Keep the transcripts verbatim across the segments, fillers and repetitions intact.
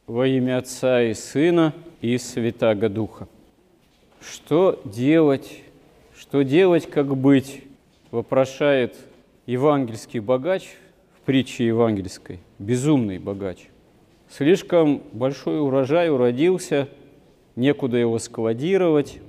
Во имя Отца и Сына и Святаго Духа. Что делать, что делать, как быть, вопрошает евангельский богач в притче евангельской, безумный богач. Слишком большой урожай уродился, некуда его складировать,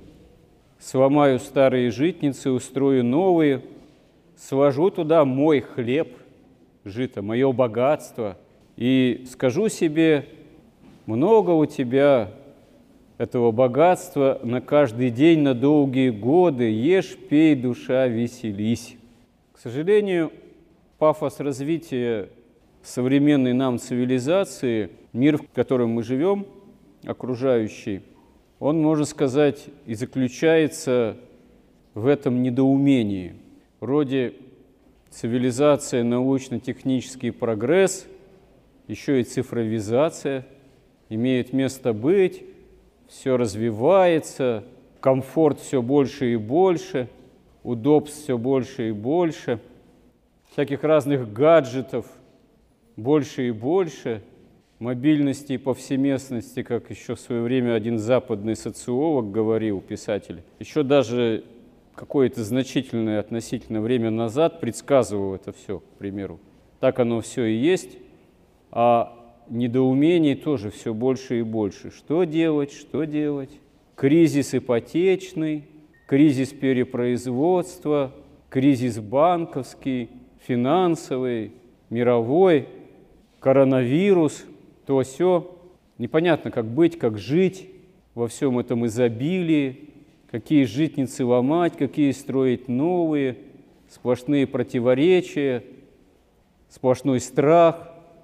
сломаю старые житницы, устрою новые, сложу туда мой хлеб, жито, мое богатство, и скажу себе: много у тебя этого богатства на каждый день, на долгие годы, ешь, пей, душа, веселись. К сожалению, пафос развития современной нам цивилизации, мир, в котором мы живем, окружающий, он, можно сказать, и заключается в этом недоумении. Вроде цивилизация, научно-технический прогресс, еще и цифровизация имеет место быть, все развивается, комфорт все больше и больше, удобств все больше и больше, всяких разных гаджетов больше и больше, мобильности и повсеместности, как еще в свое время один западный социолог говорил, писатель, еще даже какое-то значительное относительно время назад предсказывал это все, к примеру. Так оно все и есть, а недоумений тоже все больше и больше. Что делать, что делать? Кризис ипотечный, кризис перепроизводства, кризис банковский, финансовый, мировой, коронавирус, то сё. Непонятно, как быть, как жить во всем этом изобилии, какие житницы ломать, какие строить новые, сплошные противоречия, сплошной страх,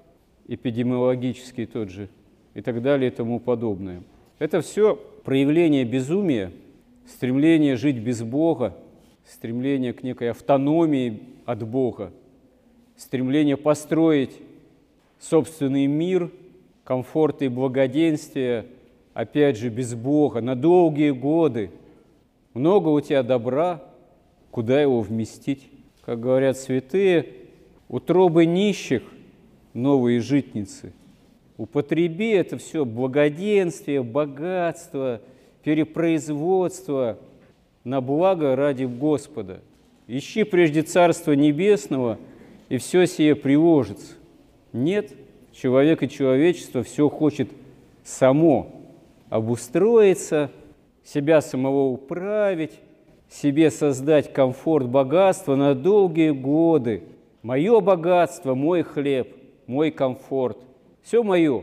эпидемиологический тот же, и так далее, и тому подобное. Это все проявление безумия, стремление жить без Бога, стремление к некой автономии от Бога, стремление построить собственный мир, комфорт и благоденствие, опять же, без Бога, на долгие годы. Много у тебя добра, куда его вместить? Как говорят святые, утробы нищих новые житницы. Употреби это все благоденствие, богатство, перепроизводство на благо ради Господа. Ищи прежде Царства Небесного, и все сие приложится. Нет, человек и человечество все хочет само обустроиться, себя самого управить, себе создать комфорт, богатство на долгие годы. Мое богатство, мой хлеб, мой комфорт, все мое.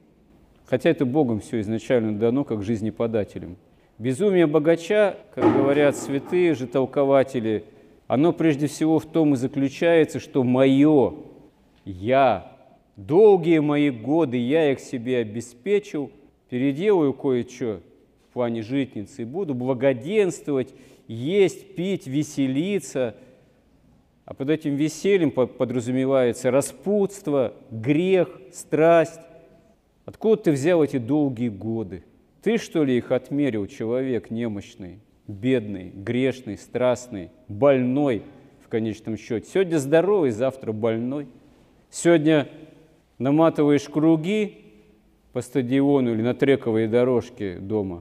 Хотя это Богом все изначально дано, как жизнеподателем. Безумие богача, как говорят святые же толкователи, оно прежде всего в том и заключается, что мое, я, долгие мои годы, я их себе обеспечил, переделаю кое-что в плане житницы и буду благоденствовать, есть, пить, веселиться. А под этим весельем подразумевается распутство, грех, страсть. Откуда ты взял эти долгие годы? Ты, что ли, их отмерил, человек немощный, бедный, грешный, страстный, больной в конечном счете? Сегодня здоровый, завтра больной. Сегодня наматываешь круги по стадиону или на трековой дорожке дома.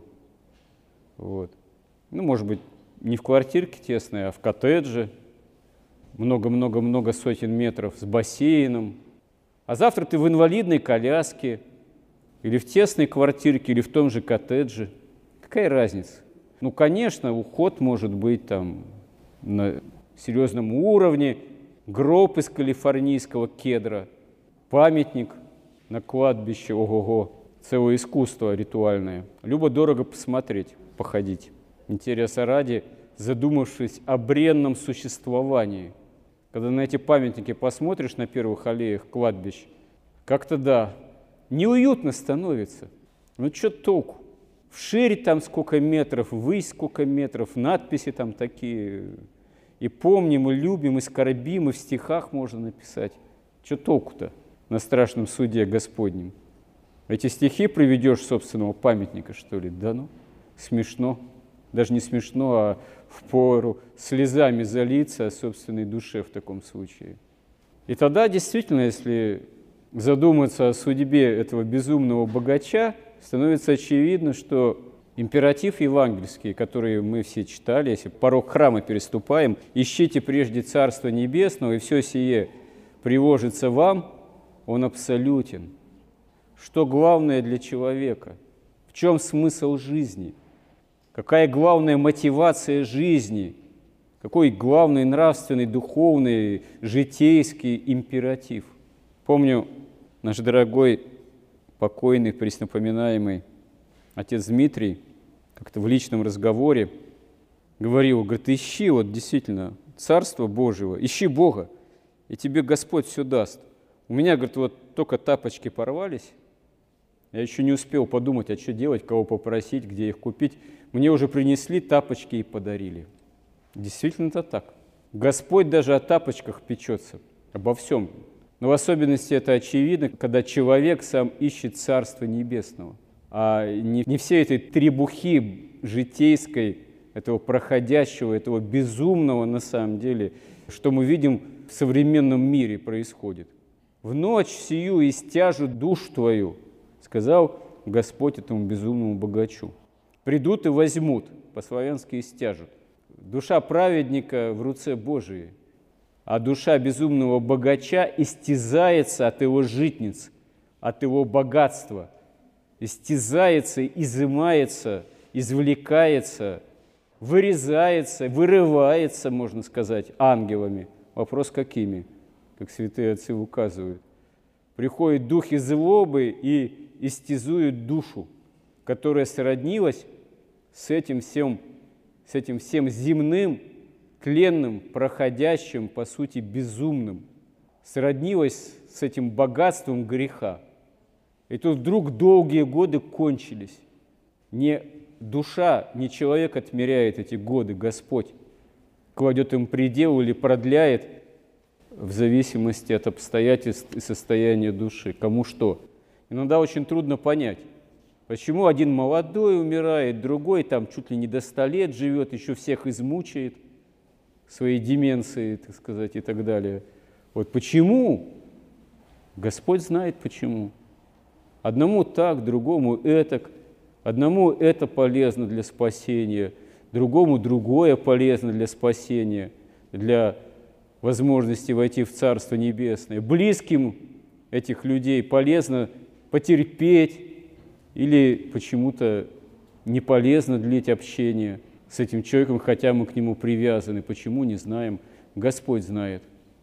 Вот. Ну, может быть, не в квартирке тесной, а в коттедже. Много-много-много сотен метров с бассейном. А завтра ты в инвалидной коляске, или в тесной квартирке, или в том же коттедже. Какая разница? Ну, конечно, уход может быть там на серьезном уровне, гроб из калифорнийского кедра, памятник на кладбище, ого-го, целое искусство ритуальное. Любо-дорого посмотреть, походить. Интереса ради, задумавшись о бренном существовании. Когда на эти памятники посмотришь на первых аллеях кладбищ, как-то да, неуютно становится. Ну что толку? Вширь там сколько метров, ввысь сколько метров, надписи там такие. И помним, и любим, и скорбим, и в стихах можно написать. Что толку-то на страшном суде Господнем? Эти стихи приведешь собственного памятника, что ли? Да ну, смешно. Даже не смешно, а впору слезами залиться о собственной душе в таком случае. И тогда действительно, если задуматься о судьбе этого безумного богача, становится очевидно, что императив евангельский, который мы все читали, если порог храма переступаем, «Ищите прежде Царство Небесного, и все сие приложится вам», он абсолютен. Что главное для человека? В чем смысл жизни? Какая главная мотивация жизни? Какой главный нравственный, духовный, житейский императив? Помню, наш дорогой, покойный, преснопоминаемый отец Дмитрий как-то в личном разговоре говорил, говорит, ищи вот действительно Царство Божьего, ищи Бога, и тебе Господь все даст. У меня, говорит, вот только тапочки порвались, я еще не успел подумать, а что делать, кого попросить, где их купить. Мне уже принесли тапочки и подарили. Действительно это так. Господь даже о тапочках печется, обо всем. Но в особенности это очевидно, когда человек сам ищет Царство Небесного. А не, не все этой требухи житейской, этого проходящего, этого безумного на самом деле, что мы видим в современном мире происходит. «В ночь сию истяжу душу твою», сказал Господь этому безумному богачу. «Придут и возьмут», по-славянски истяжут. Душа праведника в руце Божией, а душа безумного богача истязается от его житниц, от его богатства, истязается, изымается, извлекается, вырезается, вырывается, можно сказать, ангелами. Вопрос какими, как святые отцы указывают. Приходят духи злобы и истязуют душу, которая сроднилась с этим всем, с этим всем земным, тленным, проходящим, по сути, безумным, сроднилась с этим богатством греха. И тут вдруг долгие годы кончились. Не душа, не человек отмеряет эти годы, Господь кладет им предел или продляет в зависимости от обстоятельств и состояния души. Кому что. Иногда очень трудно понять, почему один молодой умирает, другой там чуть ли не до ста лет живет, еще всех измучает своей деменцией, так сказать, и так далее. Вот почему? Господь знает почему. Одному так, другому этак. Одному это полезно для спасения, другому другое полезно для спасения, для возможности войти в Царство Небесное. Близким этих людей полезно потерпеть или почему-то не полезно длить общение с этим человеком, хотя мы к нему привязаны. Почему, не знаем. Господь знает.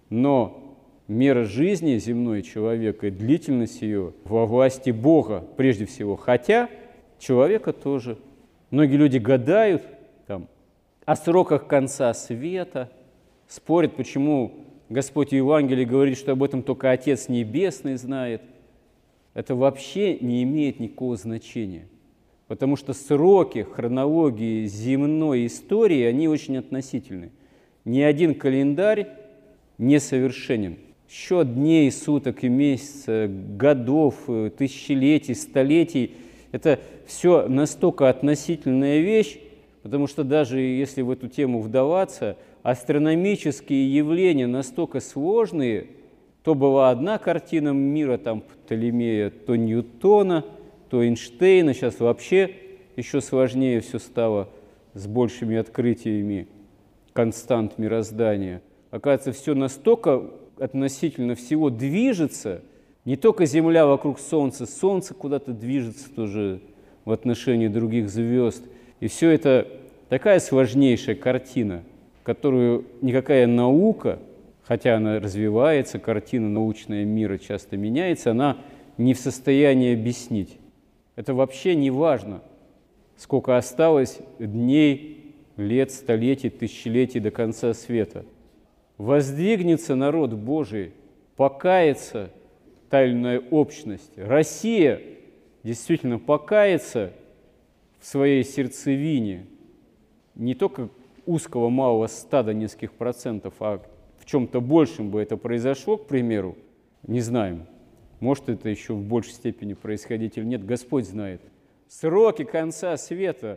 Но мера жизни земной человека и длительность ее во власти Бога прежде всего. Хотя человека тоже. Многие люди гадают там, о сроках конца света, спорят, почему Господь в Евангелии говорит, что об этом только Отец Небесный знает. Это вообще не имеет никакого значения, потому что сроки хронологии земной истории, они очень относительны. Ни один календарь не совершенен. Счет дней, суток и месяцев, годов, тысячелетий, столетий – это все настолько относительная вещь, потому что даже если в эту тему вдаваться, астрономические явления настолько сложные, то была одна картина мира, там Птолемея, то Ньютона, то Эйнштейна, сейчас вообще еще сложнее все стало с большими открытиями констант мироздания. Оказывается, все настолько относительно всего движется, не только Земля вокруг Солнца, Солнце куда-то движется тоже в отношении других звезд. И все это такая сложнейшая картина, которую никакая наука, хотя она развивается, картина научная мира часто меняется, она не в состоянии объяснить. Это вообще не важно, сколько осталось дней, лет, столетий, тысячелетий до конца света. Воздвигнется народ Божий, покается та или иная общность. Россия действительно покается в своей сердцевине, не только узкого малого стада нескольких процентов, а в чем-то большем бы это произошло, к примеру, не знаем. Может, это еще в большей степени происходить или нет, Господь знает. Сроки конца света,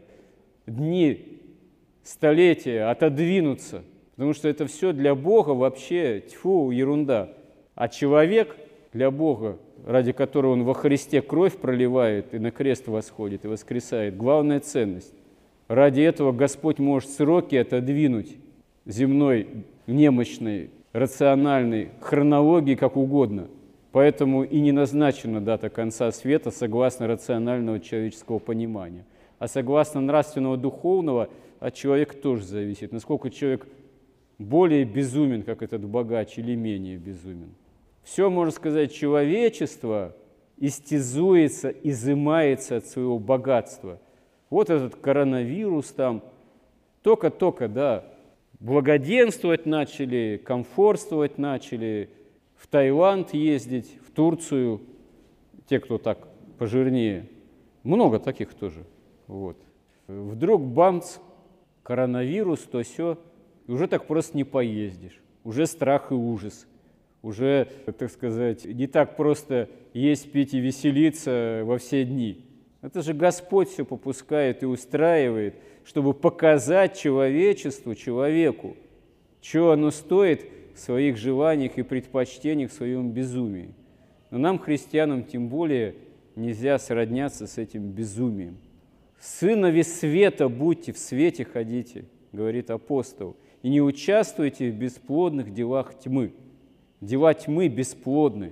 дни, столетия отодвинутся, потому что это все для Бога вообще, тьфу, ерунда. А человек для Бога, ради которого Он во Христе кровь проливает и на крест восходит и воскресает, главная ценность. Ради этого Господь может сроки отодвинуть земной, немощной, рациональной хронологии как угодно. Поэтому и не назначена дата конца света согласно рационального человеческого понимания. А согласно нравственного, духовного от человека тоже зависит, насколько человек более безумен, как этот богач, или менее безумен. Все, можно сказать, человечество истязуется, изымается от своего богатства. Вот этот коронавирус там, только-только, да, благоденствовать начали, комфортствовать начали, в Таиланд ездить, в Турцию, те, кто так пожирнее. Много таких тоже. Вот. Вдруг бамц, коронавирус, то все, и уже так просто не поездишь. Уже страх и ужас. Уже, так сказать, не так просто есть, пить и веселиться во все дни. Это же Господь все попускает и устраивает, чтобы показать человечеству, человеку, что оно стоит в своих желаниях и предпочтениях, в своем безумии. Но нам, христианам, тем более нельзя сродняться с этим безумием. «Сынови света будьте, в свете ходите», говорит апостол, «и не участвуйте в бесплодных делах тьмы». Дела тьмы бесплодны.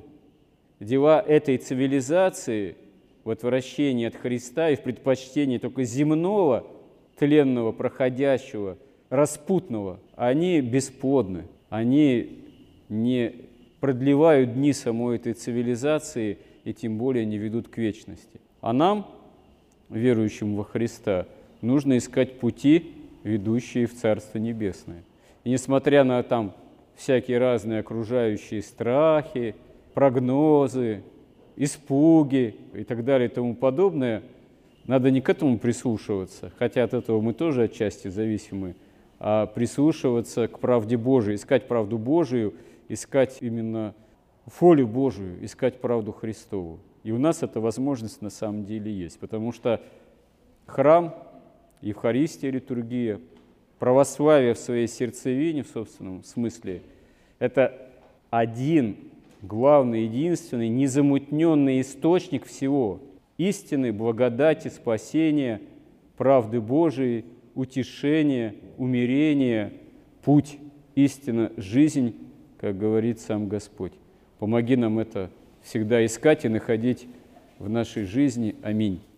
Дела этой цивилизации в отвращении от Христа и в предпочтении только земного, тленного, проходящего, распутного, они бесплодны. Они не продлевают дни самой этой цивилизации и тем более не ведут к вечности. А нам, верующим во Христа, нужно искать пути, ведущие в Царство Небесное. И несмотря на там всякие разные окружающие страхи, прогнозы, испуги и так далее и тому подобное, надо не к этому прислушиваться, хотя от этого мы тоже отчасти зависимы, а прислушиваться к правде Божией, искать правду Божию, искать именно волю Божию, искать правду Христову. И у нас эта возможность на самом деле есть, потому что храм, Евхаристия, литургия, православие в своей сердцевине, в собственном смысле, это один, главный, единственный, незамутненный источник всего истины, благодати, спасения, правды Божией, утешения, умирения, путь, истина, жизнь, как говорит сам Господь. Помоги нам это всегда искать и находить в нашей жизни. Аминь.